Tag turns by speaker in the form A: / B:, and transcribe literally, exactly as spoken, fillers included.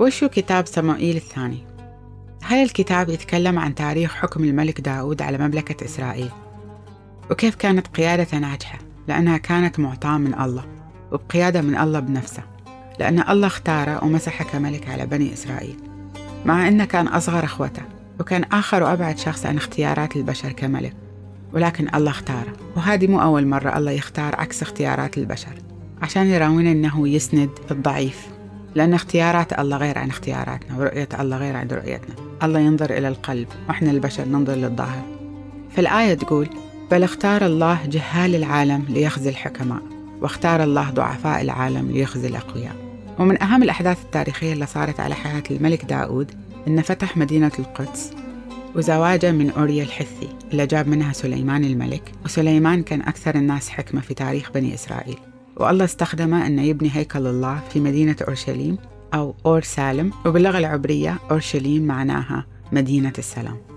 A: وشو كتاب صموئيل الثاني؟ هذا الكتاب يتكلم عن تاريخ حكم الملك داود على مملكة إسرائيل، وكيف كانت قيادة ناجحة لأنها كانت معطاة من الله، وبقيادة من الله بنفسه، لأن الله اختاره ومسحه كملك على بني إسرائيل، مع أنه كان أصغر أخوته وكان آخر وأبعد شخص عن اختيارات البشر كملك، ولكن الله اختاره. وهذه مو أول مرة الله يختار عكس اختيارات البشر عشان يراوينا أنه يسند الضعيف، لأن اختيارات الله غير عن اختياراتنا، ورؤية الله غير عن رؤيتنا. الله ينظر إلى القلب، وإحنا البشر ننظر للظاهر. فالآية تقول: بل اختار الله جهال العالم ليخزي الحكماء، واختار الله ضعفاء العالم ليخزي الأقوياء. ومن أهم الأحداث التاريخية اللي صارت على حياة الملك داود إنه فتح مدينة القدس، وزواجه من أوريا الحثي اللي جاب منها سليمان الملك. وسليمان كان أكثر الناس حكمة في تاريخ بني إسرائيل، والله استخدمه أنه يبني هيكل الله في مدينة أورشليم أو أور سالم، وباللغة العبرية أورشليم معناها مدينة السلام.